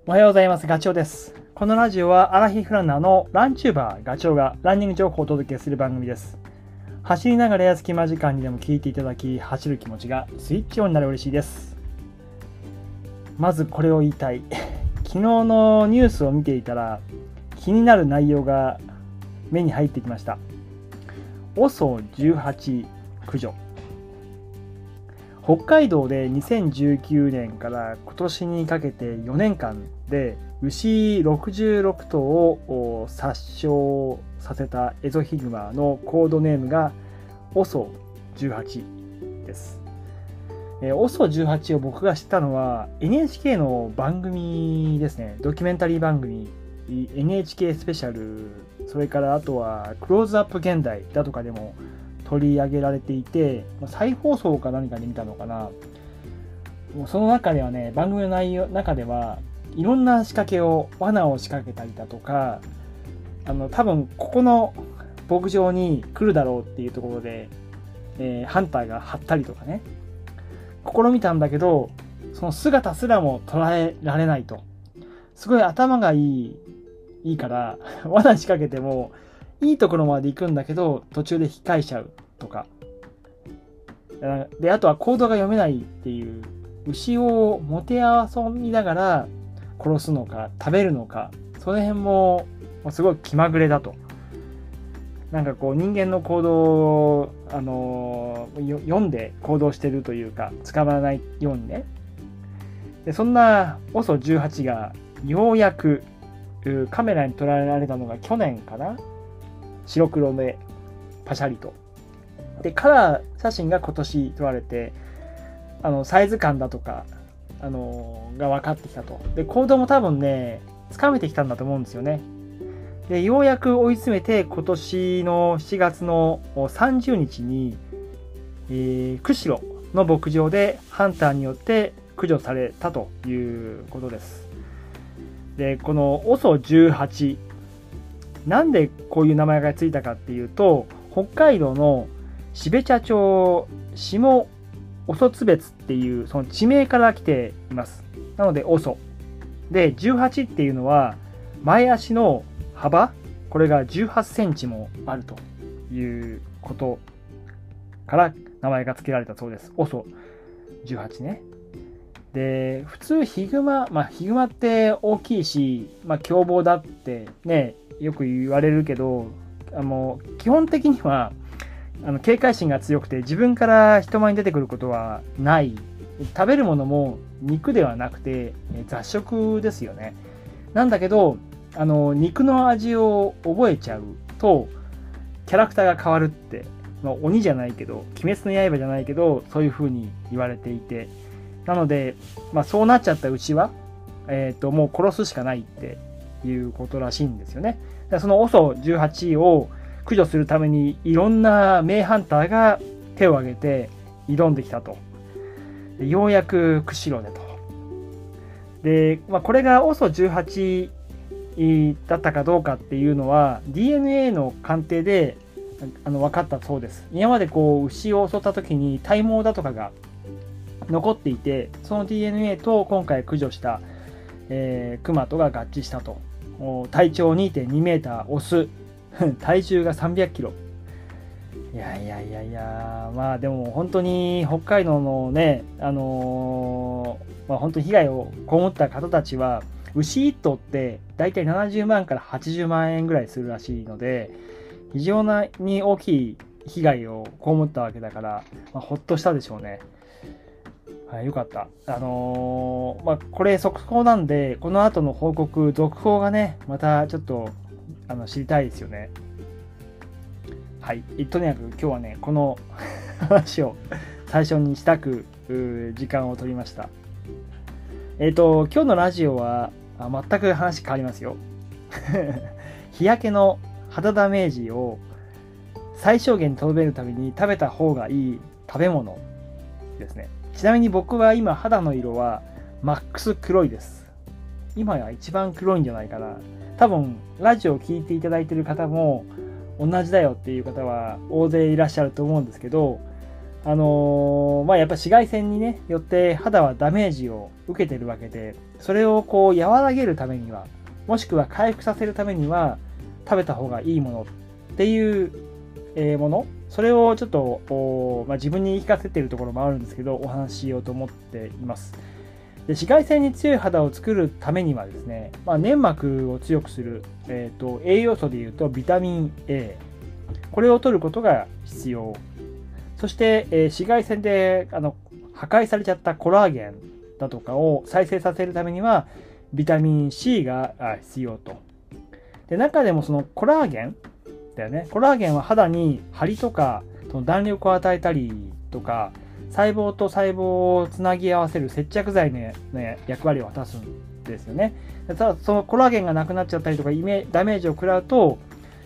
おはようございます。ガチョウです。このラジオはアラヒフランナーのランチューバーガチョウがランニング情報をお届けする番組です。走りながらや隙間時間にでも聞いていただき、走る気持ちがスイッチオンになる嬉しいです。まずこれを言いたい。昨日のニュースを見ていたら気になる内容が目に入ってきました。OSO18 駆除。北海道で2019年から今年にかけて4年間で牛66頭を殺傷させたエゾヒグマのコードネームが OSO18 です。OSO18 を僕が知ったのは NHK の番組ですね。ドキュメンタリー番組 NHK スペシャル、それからあとはクローズアップ現代だとかでも取り上げられていて、再放送か何かで見たのかな。その中ではね、番組の中ではいろんな仕掛けを、罠を仕掛けたりだとか、多分ここの牧場に来るだろうっていうところで、ハンターが張ったりとかね、試みたんだけど、その姿すらも捉えられないと。すごい頭がいいから罠仕掛けてもいいところまで行くんだけど途中で引き返しちゃうとかで、あとは行動が読めないっていう、牛をもてあそびながら殺すのか食べるのか、その辺もすごい気まぐれだと。なんかこう人間の行動を、読んで行動してるというか、捕まらないようにね。でそんな OSO18 がようやくカメラに捉えられたのが去年かな。白黒でパシャリと。でカラー写真が今年撮られて、サイズ感だとか、が分かってきたと。で行動も多分ねつかめてきたんだと思うんですよね。でようやく追い詰めて今年の7月の30日に、釧路の牧場でハンターによって駆除されたということです。でこの OSO18、なんでこういう名前がついたかっていうと、北海道の標茶町下オ津別っていうその地名から来ています。なので OSO で、18っていうのは前足の幅、これが18センチもあるということから名前が付けられたそうです。OSO18 ね。で普通ヒグマって大きいし、凶暴だってねよく言われるけど、基本的には警戒心が強くて自分から人前に出てくることはない。食べるものも肉ではなくて雑食ですよね。なんだけど肉の味を覚えちゃうとキャラクターが変わるって、鬼じゃないけど鬼滅の刃じゃないけどそういう風に言われていて、なので、そうなっちゃったうちは、もう殺すしかないっていうことらしいんですよね。その OSO18 を駆除するためにいろんな名ハンターが手を挙げて挑んできたと。でようやく釧路でと。で、これが OSO18 だったかどうかっていうのは DNA の鑑定で分かったそうです。今までこう牛を襲った時に体毛だとかが残っていて、その DNA と今回駆除した、クマとが合致したと。体長 2.2 メーターオス体重が300キロ。いやでも本当に北海道のね本当に被害を被った方たちは牛1頭ってだいたい70万から80万円ぐらいするらしいので、非常に大きい被害を被ったわけだから、ほっとしたでしょうね。はい、よかった。これ速報なんで、この後の報告、続報がね、またちょっと知りたいですよね。はい。とにかく今日はね、この話を最初にしたく時間を取りました。今日のラジオは全く話変わりますよ。日焼けの肌ダメージを最小限にとどめるために食べた方がいい食べ物ですね。ちなみに僕は今肌の色はマックス黒いです。今は一番黒いんじゃないかな。多分ラジオを聞いていただいている方も同じだよっていう方は大勢いらっしゃると思うんですけど、 やっぱ紫外線にねよって肌はダメージを受けてるわけで、それをこう和らげるためには、もしくは回復させるためには食べた方がいいものっていうもの、それをちょっと、自分に言い聞かせているところもあるんですけど、お話ししようと思っています。で、紫外線に強い肌を作るためにはですね、粘膜を強くする、栄養素でいうとビタミン A、 これを取ることが必要。そして、紫外線で破壊されちゃったコラーゲンだとかを再生させるためにはビタミン C が必要と。で、中でもそのコラーゲンだよね。コラーゲンは肌に張りとかその弾力を与えたりとか、細胞と細胞をつなぎ合わせる接着剤の役割を果たすんですよね。ただそのコラーゲンがなくなっちゃったりとかダメージを食らうと、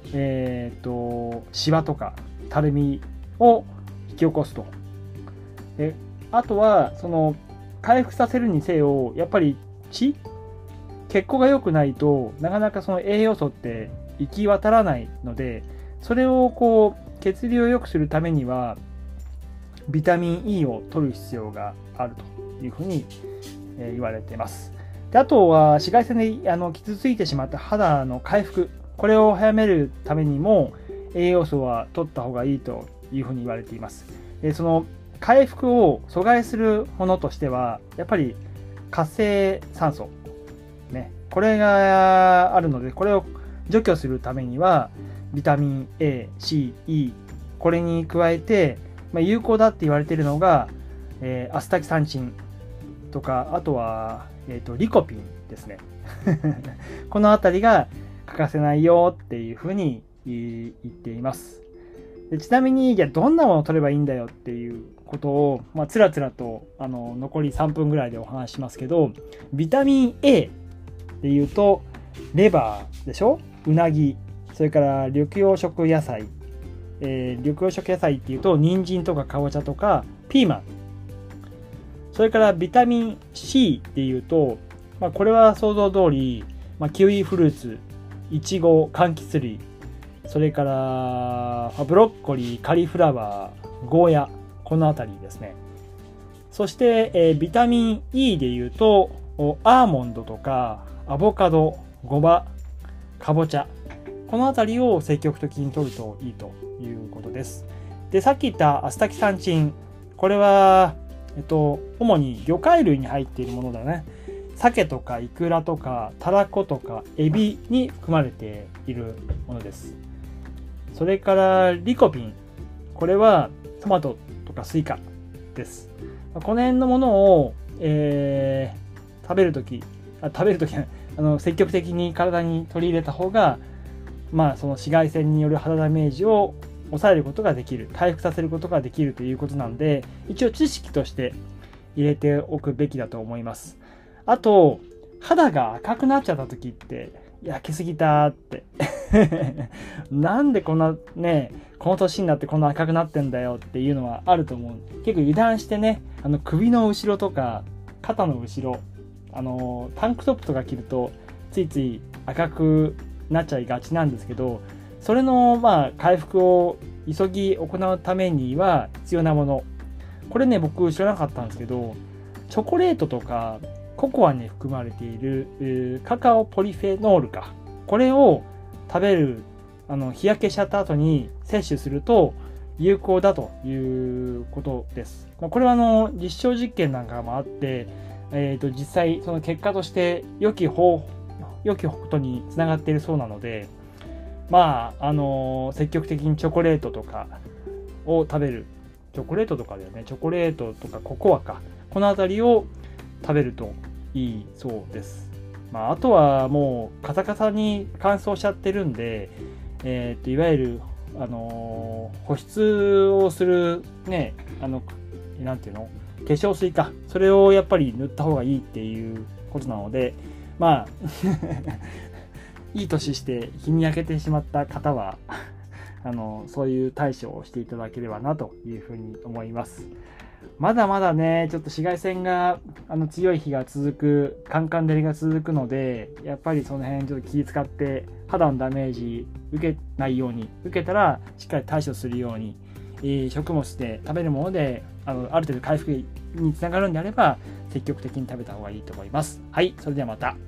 シワとかたるみを引き起こすと。で、あとはその回復させるにせよ、やっぱり血行が良くないとなかなかその栄養素って行き渡らないので、それをこう血流を良くするためにはビタミン E を取る必要があるというふうに言われています。で、あとは紫外線で傷ついてしまった肌の回復、これを早めるためにも栄養素は取った方がいいというふうに言われています。で、その回復を阻害するものとしてはやっぱり活性酸素、ね、これがあるので、これを除去するためにはビタミン A、C、E、 これに加えて、有効だって言われているのが、アスタキサンチンとか、あとは、リコピンですねこのあたりが欠かせないよっていうふうに言っています。で、ちなみにじゃあどんなものを取ればいいんだよっていうことを、つらつらと残り3分ぐらいでお話ししますけど、ビタミン A でいうとレバーでしょ、うなぎ、それから緑黄色野菜、緑黄色野菜っていうと人参とかかぼちゃとかピーマン、それからビタミン C っていうと、これは想像通り、キウイフルーツ、イチゴ、柑橘類、それからブロッコリー、カリフラワー、ゴーヤ、このあたりですね。そして、ビタミン E でいうとアーモンドとかアボカド、ごま、かぼちゃ、このあたりを積極的に摂るといいということです。で、さっき言ったアスタキサンチン、これは、主に魚介類に入っているものだね。鮭とかイクラとかタラコとかエビに含まれているものです。それからリコピン、これはトマトとかスイカです。この辺のものを、食べるとき積極的に体に取り入れた方が、その紫外線による肌ダメージを抑えることができる、回復させることができるということなんで、一応知識として入れておくべきだと思います。あと、肌が赤くなっちゃった時って、焼けすぎたってなんでこんなね、この年になってこんな赤くなってんだよっていうのはあると思う。結構油断してね、首の後ろとか肩の後ろ、タンクトップとか着るとついつい赤くなっちゃいがちなんですけど、それの回復を急ぎ行うためには必要なもの、これね、僕知らなかったんですけど、チョコレートとかココアに含まれているカカオポリフェノールか、これを食べる日焼けしちゃった後に摂取すると有効だということです。これは実証実験なんかもあって、実際その結果として良きことにつながっているそうなので、積極的にチョコレートとかを食べる、チョコレートとかだよね、チョコレートとかココアか、このあたりを食べるといいそうです。あとはもうカサカサに乾燥しちゃってるんで、いわゆる保湿をするね、なんていうの、化粧水か、それをやっぱり塗った方がいいっていうことなので、いい年して日に焼けてしまった方はそういう対処をしていただければなというふうに思います。まだまだね、ちょっと紫外線が強い日が続く、カンカン照りが続くので、やっぱりその辺ちょっと気遣って肌のダメージ受けないように、受けたらしっかり対処するように、 食物で食べるものである程度回復につながるんであれば積極的に食べた方がいいと思います。はい、それではまた。